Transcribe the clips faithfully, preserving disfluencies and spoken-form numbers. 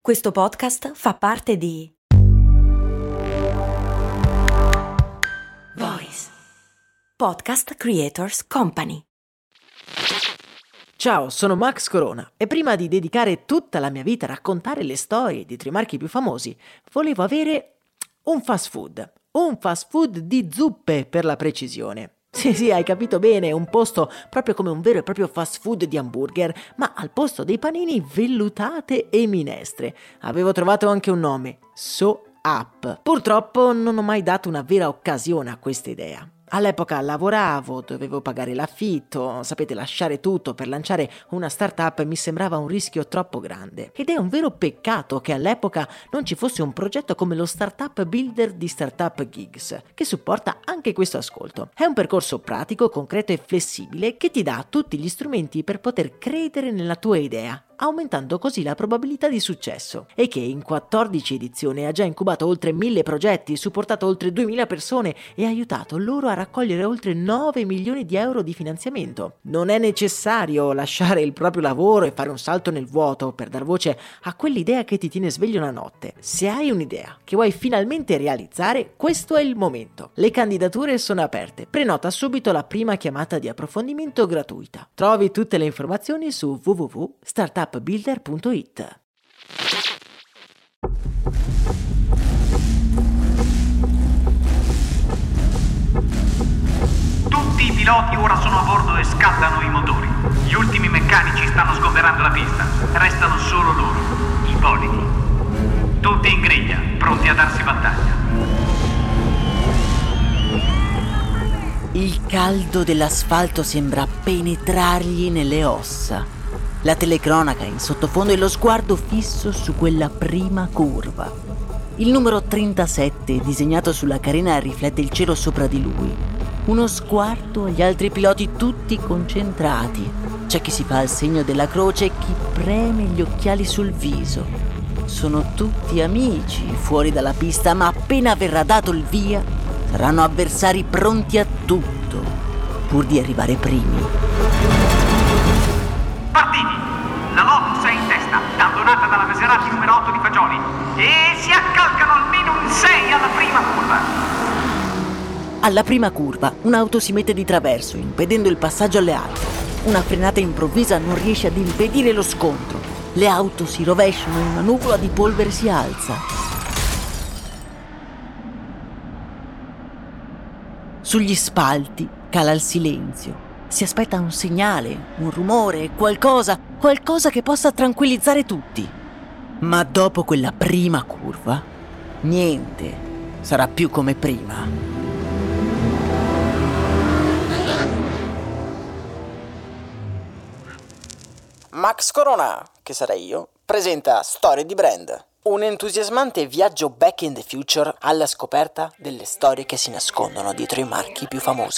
Questo podcast fa parte di Voice Podcast Creators Company. Ciao, sono Max Corona e prima di dedicare tutta la mia vita a raccontare le storie di tre marchi più famosi, volevo avere un fast food, un fast food di zuppe per la precisione. Sì, sì, hai capito bene, un posto proprio come un vero e proprio fast food di hamburger, ma al posto dei panini vellutate e minestre. Avevo trovato anche un nome, So Up. Purtroppo non ho mai dato una vera occasione a questa idea. All'epoca lavoravo, dovevo pagare l'affitto, sapete, lasciare tutto per lanciare una startup mi sembrava un rischio troppo grande. Ed è un vero peccato che all'epoca non ci fosse un progetto come lo Startup Builder di Startup Gigs, che supporta anche questo ascolto. È un percorso pratico, concreto e flessibile che ti dà tutti gli strumenti per poter credere nella tua idea, aumentando così la probabilità di successo, e che in quattordici edizioni ha già incubato oltre mille progetti, supportato oltre duemila persone e aiutato loro a raccogliere oltre nove milioni di euro di finanziamento. Non è necessario lasciare il proprio lavoro e fare un salto nel vuoto per dar voce a quell'idea che ti tiene sveglio la notte. Se hai un'idea che vuoi finalmente realizzare, questo è il momento. Le candidature sono aperte. Prenota subito la prima chiamata di approfondimento gratuita. Trovi tutte le informazioni su w w w punto startup builder punto it. Tutti i piloti ora sono a bordo e scaldano i motori. Gli ultimi meccanici stanno sgomberando la pista. Restano solo loro, i bolidi. Tutti in griglia, pronti a darsi battaglia. Il caldo dell'asfalto sembra penetrargli nelle ossa. La telecronaca in sottofondo e lo sguardo fisso su quella prima curva. Il numero trentasette disegnato sulla carena riflette il cielo sopra di lui. Uno sguardo agli altri piloti tutti concentrati. C'è chi si fa il segno della croce e chi preme gli occhiali sul viso. Sono tutti amici fuori dalla pista, ma appena verrà dato il via saranno avversari pronti a tutto pur di arrivare primi. Partiti! La Lotus è in testa, abbandonata dalla Maserati numero otto di Fagioli, e si accalcano almeno in sei alla prima curva. Alla prima curva un'auto si mette di traverso, impedendo il passaggio alle altre. Una frenata improvvisa non riesce ad impedire lo scontro. Le auto si rovesciano e una nuvola di polvere si alza. Sugli spalti cala il silenzio. Si aspetta un segnale, un rumore, qualcosa, qualcosa che possa tranquillizzare tutti. Ma dopo quella prima curva, niente sarà più come prima. Max Corona, che sarei io, presenta Storie di Brand, un entusiasmante viaggio back in the future alla scoperta delle storie che si nascondono dietro i marchi più famosi.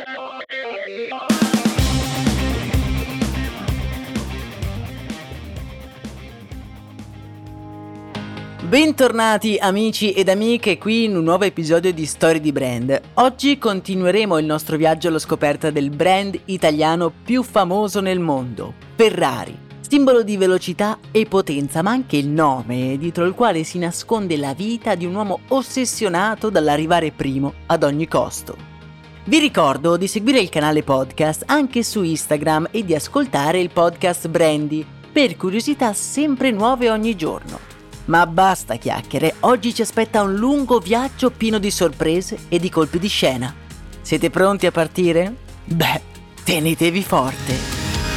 Bentornati amici ed amiche qui in un nuovo episodio di Storie di Brand. Oggi continueremo il nostro viaggio alla scoperta del brand italiano più famoso nel mondo, Ferrari. Simbolo di velocità e potenza, ma anche il nome dietro il quale si nasconde la vita di un uomo ossessionato dall'arrivare primo ad ogni costo. Vi ricordo di seguire il canale podcast anche su Instagram e di ascoltare il podcast Brandy per curiosità sempre nuove ogni giorno. Ma basta chiacchiere, oggi ci aspetta un lungo viaggio pieno di sorprese e di colpi di scena. Siete pronti a partire? Beh, tenetevi forte!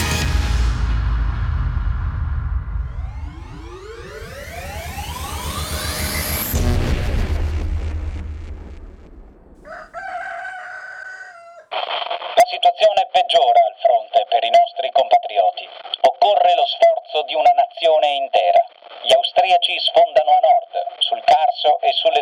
La situazione peggiora al fronte per i nostri compatrioti. Occorre lo sforzo di una nazione intera. Gli austriaci sfondano a nord, sul Carso e sulle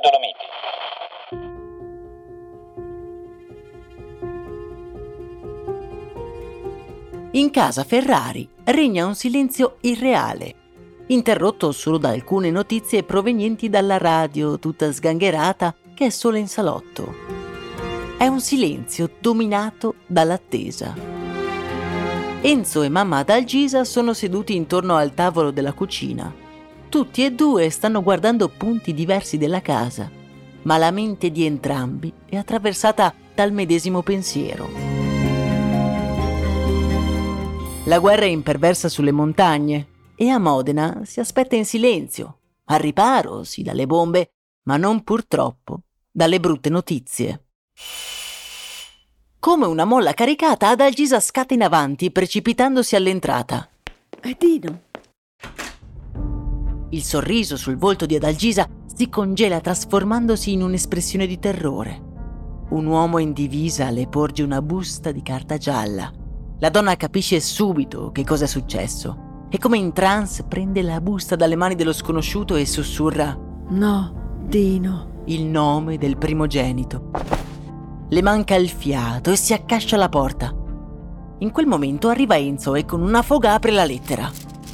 Dolomiti. In casa Ferrari regna un silenzio irreale, interrotto solo da alcune notizie provenienti dalla radio, tutta sgangherata, che è solo in salotto. È un silenzio dominato dall'attesa. Enzo e mamma Adalgisa sono seduti intorno al tavolo della cucina. Tutti e due stanno guardando punti diversi della casa, ma la mente di entrambi è attraversata dal medesimo pensiero. La guerra è imperversa sulle montagne e a Modena si aspetta in silenzio, al riparo sì dalle bombe, ma non purtroppo dalle brutte notizie. Come una molla caricata, Adalgisa scatta in avanti, precipitandosi all'entrata. È Dino. Il sorriso sul volto di Adalgisa si congela trasformandosi in un'espressione di terrore. Un uomo in divisa le porge una busta di carta gialla. La donna capisce subito che cosa è successo e come in trance prende la busta dalle mani dello sconosciuto e sussurra: No, Dino. Il nome del primogenito. Le manca il fiato e si accascia alla porta. In quel momento arriva Enzo e con una foga apre la lettera.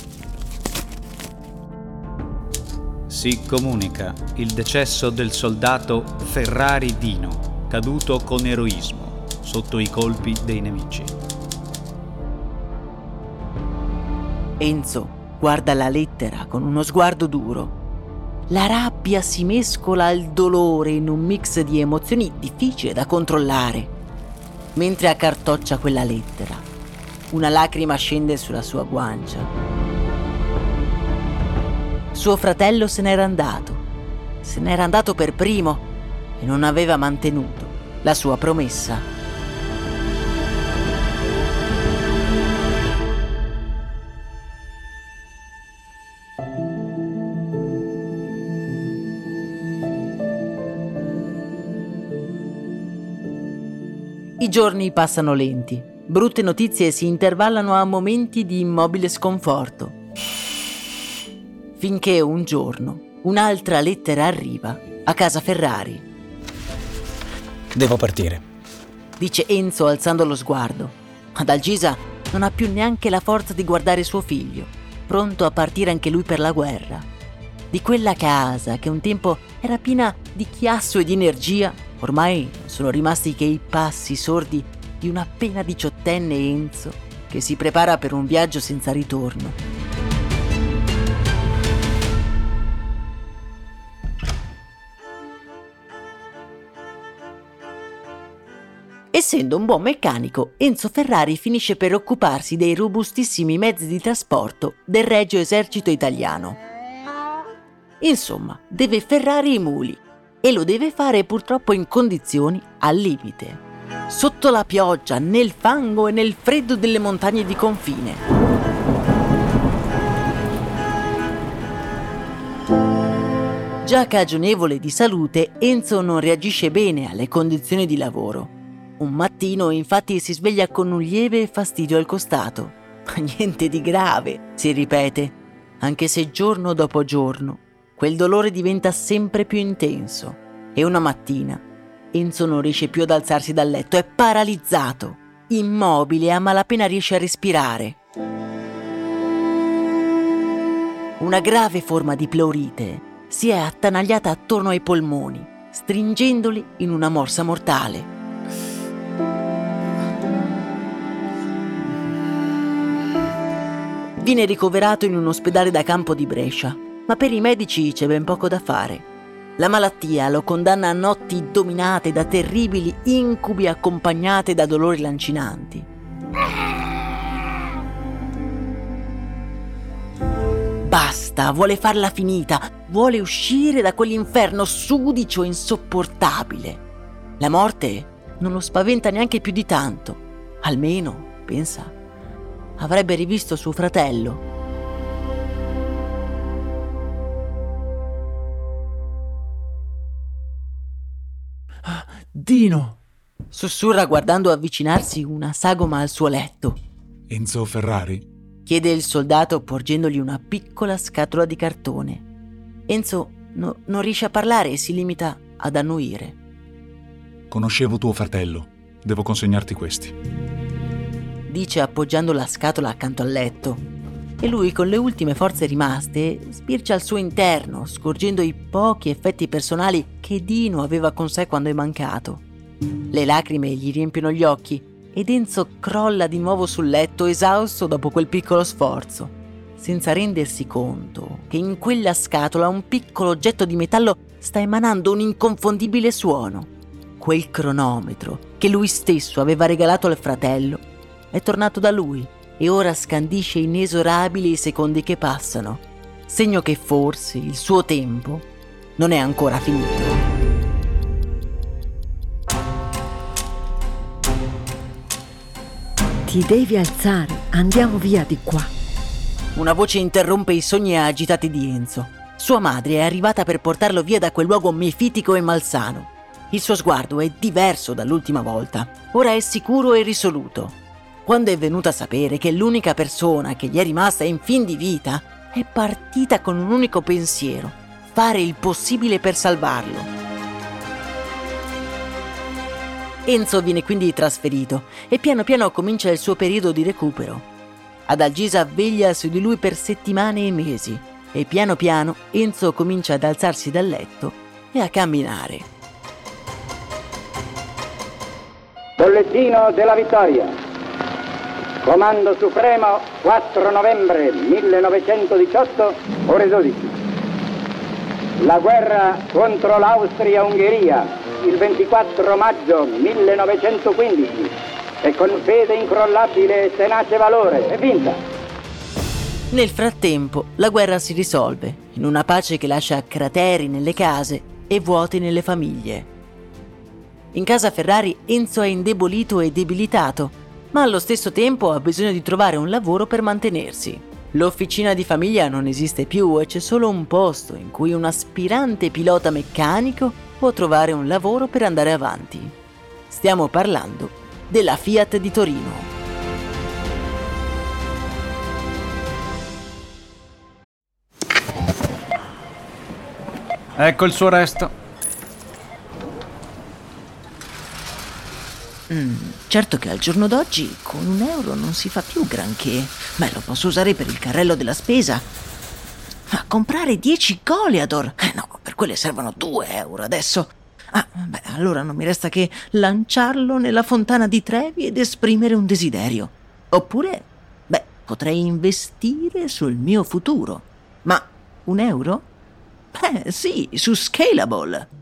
Si comunica il decesso del soldato Ferrari Dino, caduto con eroismo sotto i colpi dei nemici. Enzo guarda la lettera con uno sguardo duro. La rabbia si mescola al dolore in un mix di emozioni difficile da controllare. Mentre accartoccia quella lettera, una lacrima scende sulla sua guancia. Suo fratello se n'era andato. Se n'era andato per primo e non aveva mantenuto la sua promessa. I giorni passano lenti. Brutte notizie si intervallano a momenti di immobile sconforto. Finché un giorno un'altra lettera arriva a casa Ferrari. Devo partire, dice Enzo alzando lo sguardo. Adalgisa non ha più neanche la forza di guardare suo figlio, pronto a partire anche lui per la guerra. Di quella casa che un tempo era piena di chiasso e di energia, ormai sono rimasti che i passi sordi di un appena diciottenne Enzo che si prepara per un viaggio senza ritorno. Essendo un buon meccanico, Enzo Ferrari finisce per occuparsi dei robustissimi mezzi di trasporto del Regio Esercito Italiano. Insomma, deve ferrare i muli e lo deve fare purtroppo in condizioni al limite. Sotto la pioggia, nel fango e nel freddo delle montagne di confine. Già cagionevole di salute, Enzo non reagisce bene alle condizioni di lavoro. Un mattino infatti si sveglia con un lieve fastidio al costato. Niente di grave, si ripete, anche se giorno dopo giorno quel dolore diventa sempre più intenso e una mattina Enzo non riesce più ad alzarsi dal letto, è paralizzato, immobile, a malapena riesce a respirare. Una grave forma di pleurite si è attanagliata attorno ai polmoni, stringendoli in una morsa mortale. Viene ricoverato in un ospedale da campo di Brescia, ma per i medici c'è ben poco da fare. La malattia lo condanna a notti dominate da terribili incubi accompagnate da dolori lancinanti. Basta, vuole farla finita, vuole uscire da quell'inferno sudicio e insopportabile. La morte non lo spaventa neanche più di tanto, almeno, pensa, avrebbe rivisto suo fratello. Dino! Sussurra guardando avvicinarsi una sagoma al suo letto. Enzo Ferrari? Chiede il soldato porgendogli una piccola scatola di cartone. Enzo no, non riesce a parlare e si limita ad annuire. Conoscevo tuo fratello. Devo consegnarti questi. Dice appoggiando la scatola accanto al letto. E lui, con le ultime forze rimaste, spircia al suo interno, scorgendo i pochi effetti personali che Dino aveva con sé quando è mancato. Le lacrime gli riempiono gli occhi ed Enzo crolla di nuovo sul letto, esausto dopo quel piccolo sforzo. senza rendersi conto che in quella scatola un piccolo oggetto di metallo sta emanando un inconfondibile suono. Quel cronometro che lui stesso aveva regalato al fratello è tornato da lui e ora scandisce inesorabili i secondi che passano, segno che forse il suo tempo non è ancora finito. Ti devi alzare, andiamo via di qua. Una voce interrompe i sogni agitati di Enzo. Sua madre è arrivata per portarlo via da quel luogo mefitico e malsano. Il suo sguardo è diverso dall'ultima volta. Ora è sicuro e risoluto. Quando è venuta a sapere che l'unica persona che gli è rimasta in fin di vita è partita con un unico pensiero: fare il possibile per salvarlo. Enzo viene quindi trasferito e piano piano comincia il suo periodo di recupero. Adalgisa veglia su di lui per settimane e mesi e piano piano Enzo comincia ad alzarsi dal letto e a camminare. Bollettino della vittoria. Comando Supremo, quattro novembre millenovecentodiciotto, ore dodici. La guerra contro l'Austria-Ungheria il ventiquattro maggio millenovecentoquindici e con fede incrollabile e tenace valore è vinta. Nel frattempo la guerra si risolve in una pace che lascia crateri nelle case e vuoti nelle famiglie. In casa Ferrari Enzo è indebolito e debilitato, ma allo stesso tempo ha bisogno di trovare un lavoro per mantenersi. L'officina di famiglia non esiste più e c'è solo un posto in cui un aspirante pilota meccanico può trovare un lavoro per andare avanti. Stiamo parlando della Fiat di Torino. Ecco il suo resto. Mm, certo che al giorno d'oggi con un euro non si fa più granché. Beh, lo posso usare per il carrello della spesa. A comprare dieci Goliador. Eh no, per quelle servono due euro adesso. Ah, beh, allora non mi resta che lanciarlo nella fontana di Trevi ed esprimere un desiderio. Oppure, beh, potrei investire sul mio futuro. Ma un euro? Beh, sì, su Scalable.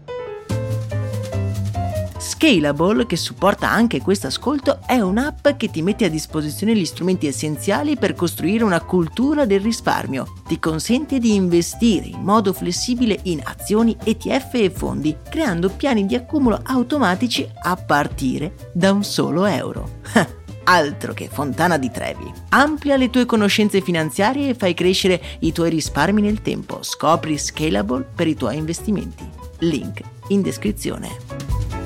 Scalable, che supporta anche questo ascolto, è un'app che ti mette a disposizione gli strumenti essenziali per costruire una cultura del risparmio. Ti consente di investire in modo flessibile in azioni, E T F e fondi, creando piani di accumulo automatici a partire da un solo euro. Altro che fontana di Trevi. Amplia le tue conoscenze finanziarie e fai crescere i tuoi risparmi nel tempo. Scopri Scalable per i tuoi investimenti. Link in descrizione.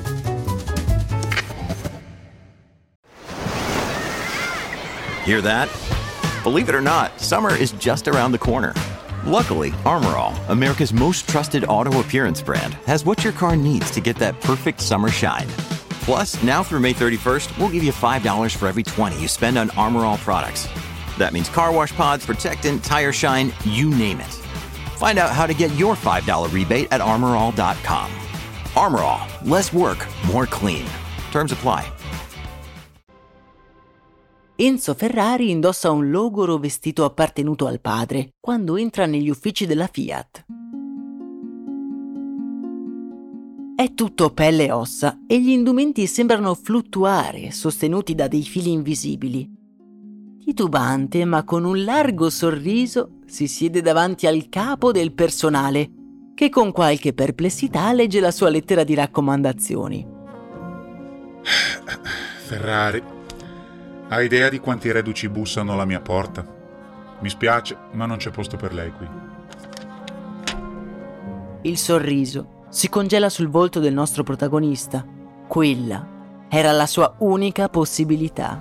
Hear that? Believe it or not, summer is just around the corner. Luckily, Armor All, America's most trusted auto appearance brand, has what your car needs to get that perfect summer shine. Plus, now through May thirty-first, we'll give you five dollars for every twenty you spend on Armor All products. That means car wash pods, protectant, tire shine, you name it. Find out how to get your five dollars rebate at armor all dot com. Armor All, less work, more clean. Terms apply. Enzo Ferrari indossa un logoro vestito appartenuto al padre quando entra negli uffici della Fiat. È tutto pelle e ossa e gli indumenti sembrano fluttuare, sostenuti da dei fili invisibili. Titubante, ma con un largo sorriso, si siede davanti al capo del personale, che con qualche perplessità legge la sua lettera di raccomandazioni. Ferrari, hai idea di quanti reduci bussano alla mia porta? Mi spiace, ma non c'è posto per lei qui. Il sorriso si congela sul volto del nostro protagonista. Quella era la sua unica possibilità.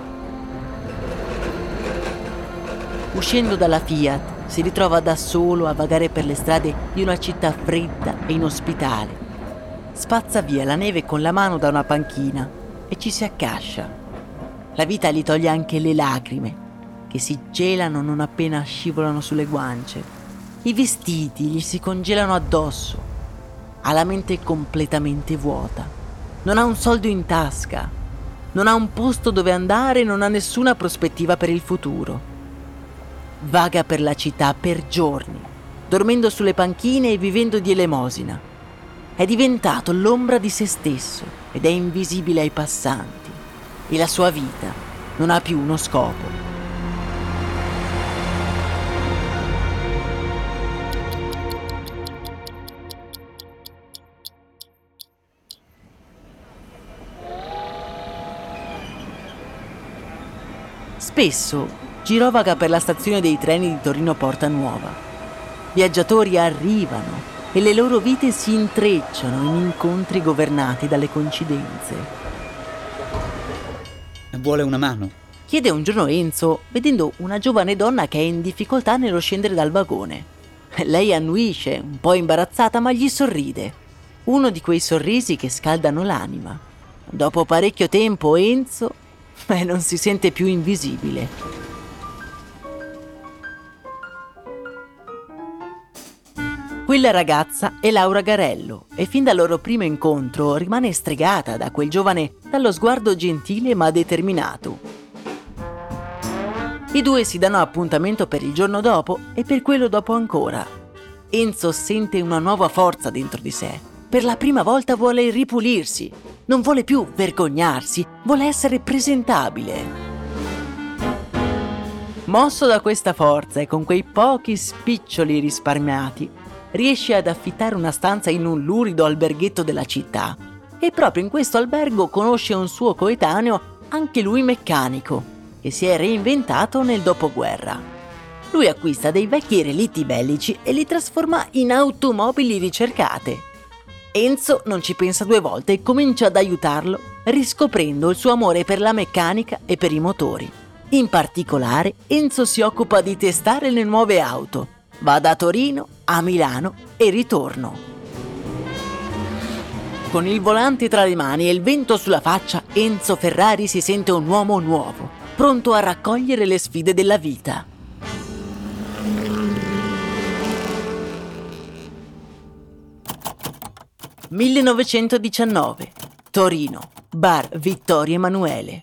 Uscendo dalla Fiat, si ritrova da solo a vagare per le strade di una città fredda e inospitale. Spazza via la neve con la mano da una panchina e ci si accascia. La vita gli toglie anche le lacrime, che si gelano non appena scivolano sulle guance. I vestiti gli si congelano addosso. Ha la mente completamente vuota. Non ha un soldo in tasca. Non ha un posto dove andare, non ha nessuna prospettiva per il futuro. vaga per la città per giorni, dormendo sulle panchine e vivendo di elemosina. È diventato l'ombra di se stesso ed è invisibile ai passanti e la sua vita non ha più uno scopo. Spesso girovaga per la stazione dei treni di Torino Porta Nuova. Viaggiatori arrivano e le loro vite si intrecciano in incontri governati dalle coincidenze. Vuole una mano? Chiede un giorno Enzo, vedendo una giovane donna che è in difficoltà nello scendere dal vagone. Lei annuisce, un po' imbarazzata, ma gli sorride. Uno di quei sorrisi che scaldano l'anima. Dopo parecchio tempo Enzo eh, non si sente più invisibile. Quella ragazza è Laura Garello e fin dal loro primo incontro rimane stregata da quel giovane dallo sguardo gentile ma determinato. I due si danno appuntamento per il giorno dopo e per quello dopo ancora. Enzo sente una nuova forza dentro di sé. Per la prima volta vuole ripulirsi, non vuole più vergognarsi, vuole essere presentabile. Mosso da questa forza e con quei pochi spiccioli risparmiati, riesce ad affittare una stanza in un lurido alberghetto della città e proprio in questo albergo conosce un suo coetaneo, anche lui meccanico, che si è reinventato nel dopoguerra. Lui acquista dei vecchi relitti bellici e li trasforma in automobili ricercate. Enzo non ci pensa due volte e comincia ad aiutarlo, riscoprendo il suo amore per la meccanica e per i motori. In particolare, Enzo si occupa di testare le nuove auto. Va da Torino a Milano e ritorno. Con il volante tra le mani e il vento sulla faccia, Enzo Ferrari si sente un uomo nuovo, pronto a raccogliere le sfide della vita. millenovecentodiciannove, Torino, bar Vittorio Emanuele.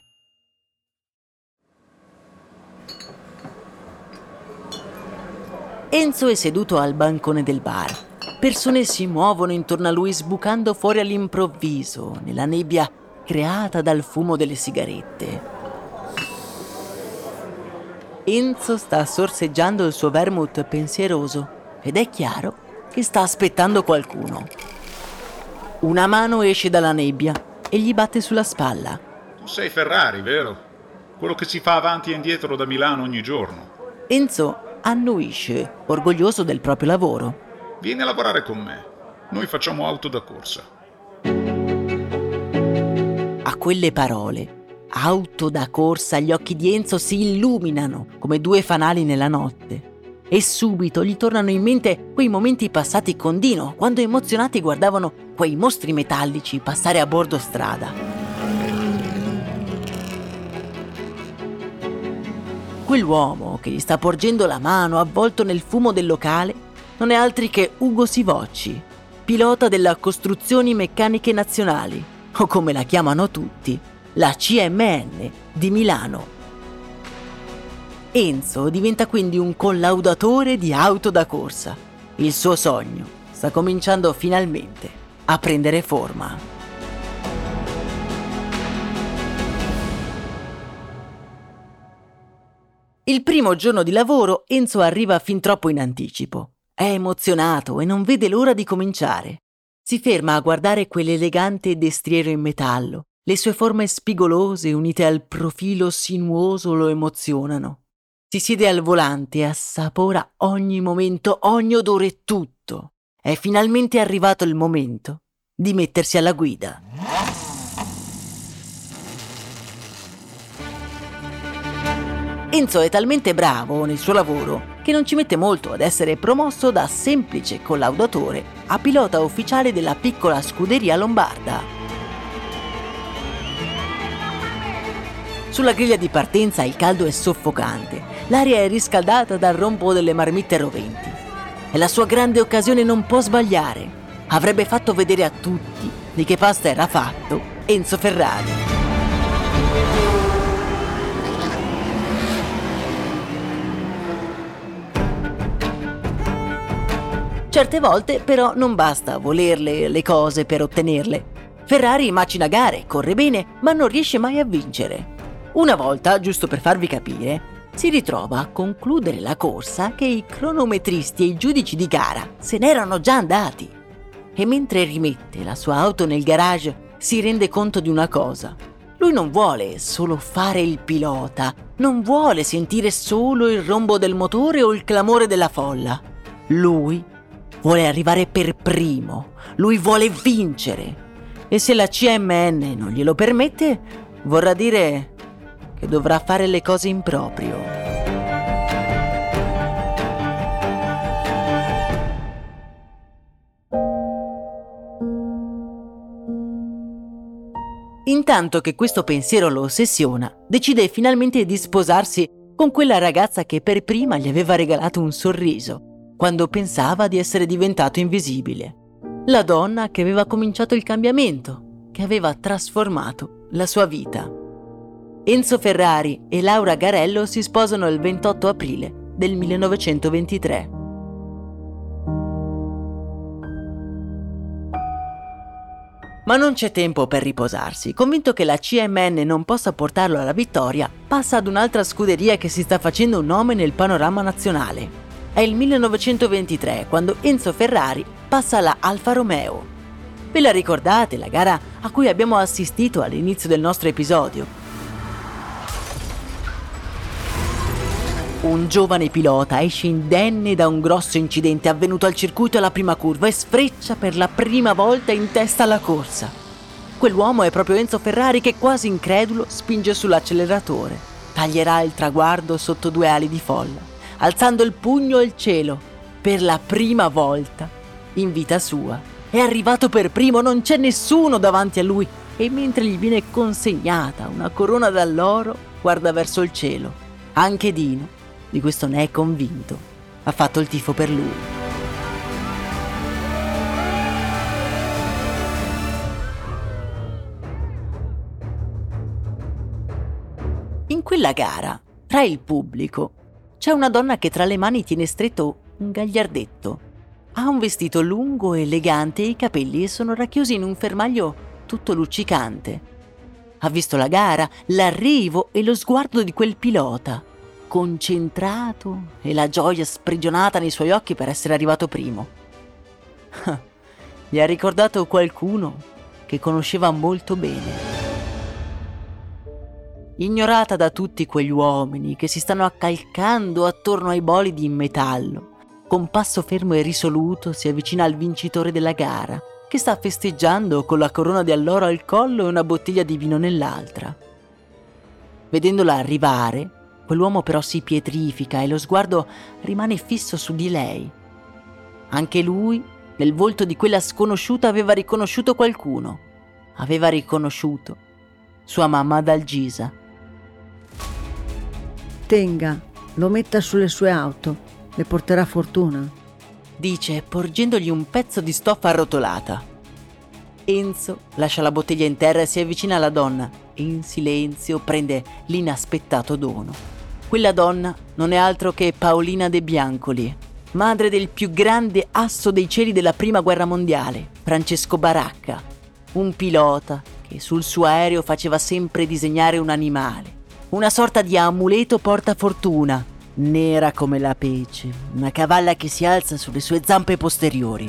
Enzo è seduto al bancone del bar. Persone si muovono intorno a lui sbucando fuori all'improvviso, nella nebbia creata dal fumo delle sigarette. Enzo sta sorseggiando il suo vermouth pensieroso ed è chiaro che sta aspettando qualcuno. Una mano esce dalla nebbia e gli batte sulla spalla. Tu sei Ferrari, vero? Quello che si fa avanti e indietro da Milano ogni giorno. Enzo annuisce, orgoglioso del proprio lavoro. Vieni a lavorare con me. Noi facciamo auto da corsa. A quelle parole, auto da corsa, gli occhi di Enzo si illuminano come due fanali nella notte. E subito gli tornano in mente quei momenti passati con Dino, quando emozionati guardavano quei mostri metallici passare a bordo strada. Quell'uomo che gli sta porgendo la mano avvolto nel fumo del locale non è altri che Ugo Sivocci, pilota della Costruzioni Meccaniche Nazionali, o come la chiamano tutti, la C M N di Milano. Enzo diventa quindi un collaudatore di auto da corsa. Il suo sogno sta cominciando finalmente a prendere forma. Il primo giorno di lavoro Enzo arriva fin troppo in anticipo. È emozionato e non vede l'ora di cominciare. Si ferma a guardare quell'elegante destriero in metallo. Le sue forme spigolose unite al profilo sinuoso lo emozionano. Si siede al volante e assapora ogni momento, ogni odore, tutto. È finalmente arrivato il momento di mettersi alla guida. Enzo è talmente bravo nel suo lavoro che non ci mette molto ad essere promosso da semplice collaudatore a pilota ufficiale della piccola scuderia lombarda. Sulla griglia di partenza il caldo è soffocante, l'aria è riscaldata dal rombo delle marmitte roventi. È la sua grande occasione, non può sbagliare. Avrebbe fatto vedere a tutti di che pasta era fatto Enzo Ferrari. Certe volte però non basta volerle le cose per ottenerle. Ferrari macina gare, corre bene, ma non riesce mai a vincere. Una volta, giusto per farvi capire, si ritrova a concludere la corsa che i cronometristi e i giudici di gara se n'erano già andati. E mentre rimette la sua auto nel garage, si rende conto di una cosa. Lui non vuole solo fare il pilota, non vuole sentire solo il rombo del motore o il clamore della folla. Lui vuole arrivare per primo, lui vuole vincere. E se la C M N non glielo permette, vorrà dire che dovrà fare le cose in proprio. Intanto che questo pensiero lo ossessiona, decide finalmente di sposarsi con quella ragazza che per prima gli aveva regalato un sorriso, quando pensava di essere diventato invisibile. La donna che aveva cominciato il cambiamento, che aveva trasformato la sua vita. Enzo Ferrari e Laura Garello si sposano il ventotto aprile del millenovecentoventitré. Ma non c'è tempo per riposarsi. Convinto che la C M N non possa portarlo alla vittoria, passa ad un'altra scuderia che si sta facendo un nome nel panorama nazionale. È il millenovecentoventitré quando Enzo Ferrari passa alla Alfa Romeo. Ve la ricordate, la gara a cui abbiamo assistito all'inizio del nostro episodio? Un giovane pilota esce indenne da un grosso incidente avvenuto al circuito alla prima curva e sfreccia per la prima volta in testa alla corsa. Quell'uomo è proprio Enzo Ferrari che, quasi incredulo, spinge sull'acceleratore. Taglierà il traguardo sotto due ali di folla, alzando il pugno al cielo. Per la prima volta in vita sua è arrivato per primo, non c'è nessuno davanti a lui e mentre gli viene consegnata una corona d'alloro guarda verso il cielo. Anche Dino, di questo ne è convinto, ha fatto il tifo per lui. In quella gara, tra il pubblico, c'è una donna che tra le mani tiene stretto un gagliardetto. Ha un vestito lungo e elegante e i capelli sono racchiusi in un fermaglio tutto luccicante. Ha visto la gara, l'arrivo e lo sguardo di quel pilota, concentrato e la gioia sprigionata nei suoi occhi per essere arrivato primo. Gli ha ricordato qualcuno che conosceva molto bene. Ignorata da tutti quegli uomini che si stanno accalcando attorno ai bolidi in metallo, con passo fermo e risoluto si avvicina al vincitore della gara, che sta festeggiando con la corona di alloro al collo e una bottiglia di vino nell'altra. Vedendola arrivare, quell'uomo però si pietrifica e lo sguardo rimane fisso su di lei. Anche lui, nel volto di quella sconosciuta, aveva riconosciuto qualcuno. Aveva riconosciuto sua mamma Dalgisa. Tenga, lo metta sulle sue auto, le porterà fortuna, dice, porgendogli un pezzo di stoffa arrotolata. Enzo lascia la bottiglia in terra e si avvicina alla donna e in silenzio prende l'inaspettato dono. Quella donna non è altro che Paolina De Biancoli, madre del più grande asso dei cieli della prima guerra mondiale, Francesco Baracca, un pilota che sul suo aereo faceva sempre disegnare un animale, una sorta di amuleto portafortuna, nera come la pece, una cavalla che si alza sulle sue zampe posteriori.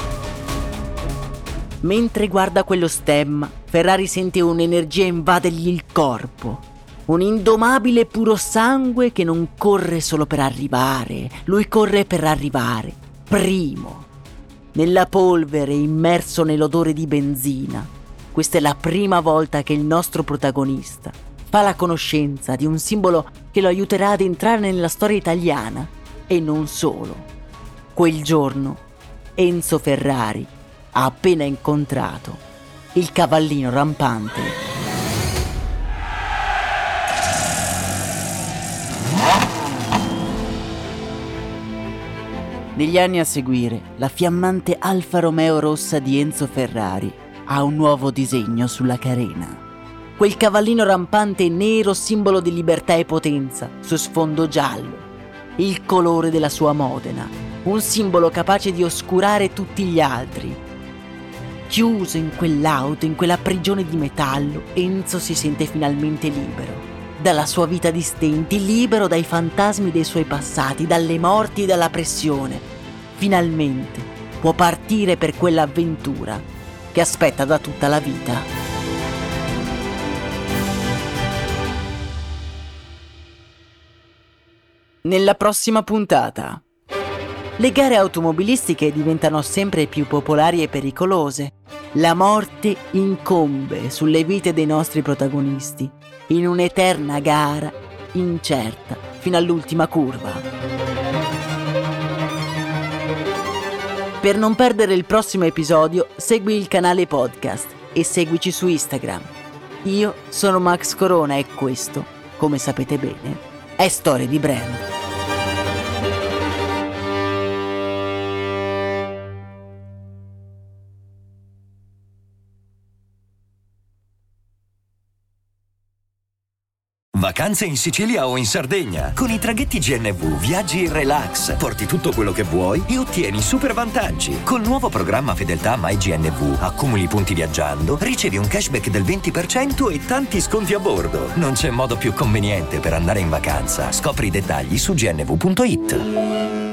Mentre guarda quello stemma, Ferrari sente un'energia invadergli il corpo. Un indomabile puro sangue che non corre solo per arrivare, lui corre per arrivare, primo. Nella polvere, immerso nell'odore di benzina. Questa è la prima volta che il nostro protagonista fa la conoscenza di un simbolo che lo aiuterà ad entrare nella storia italiana. E non solo. Quel giorno, Enzo Ferrari ha appena incontrato il cavallino rampante. Negli anni a seguire, la fiammante Alfa Romeo rossa di Enzo Ferrari ha un nuovo disegno sulla carena. Quel cavallino rampante nero, simbolo di libertà e potenza, su sfondo giallo, il colore della sua Modena. un simbolo capace di oscurare tutti gli altri. Chiuso in quell'auto, in quella prigione di metallo, Enzo si sente finalmente libero. Dalla sua vita di stenti, libero dai fantasmi dei suoi passati, dalle morti e dalla pressione. Finalmente può partire per quell'avventura che aspetta da tutta la vita. Nella prossima puntata, le gare automobilistiche diventano sempre più popolari e pericolose. La morte incombe sulle vite dei nostri protagonisti, in un'eterna gara incerta fino all'ultima curva. Per non perdere il prossimo episodio, segui il canale podcast e seguici su Instagram. Io sono Max Corona e questo, come sapete bene, è Storie di Brand. Vacanze in Sicilia o in Sardegna. Con i traghetti G N V viaggi in relax, porti tutto quello che vuoi e ottieni super vantaggi. Col nuovo programma Fedeltà MyGNV accumuli punti viaggiando, ricevi un cashback del venti per cento e tanti sconti a bordo. Non c'è modo più conveniente per andare in vacanza. Scopri i dettagli su gnv punto it.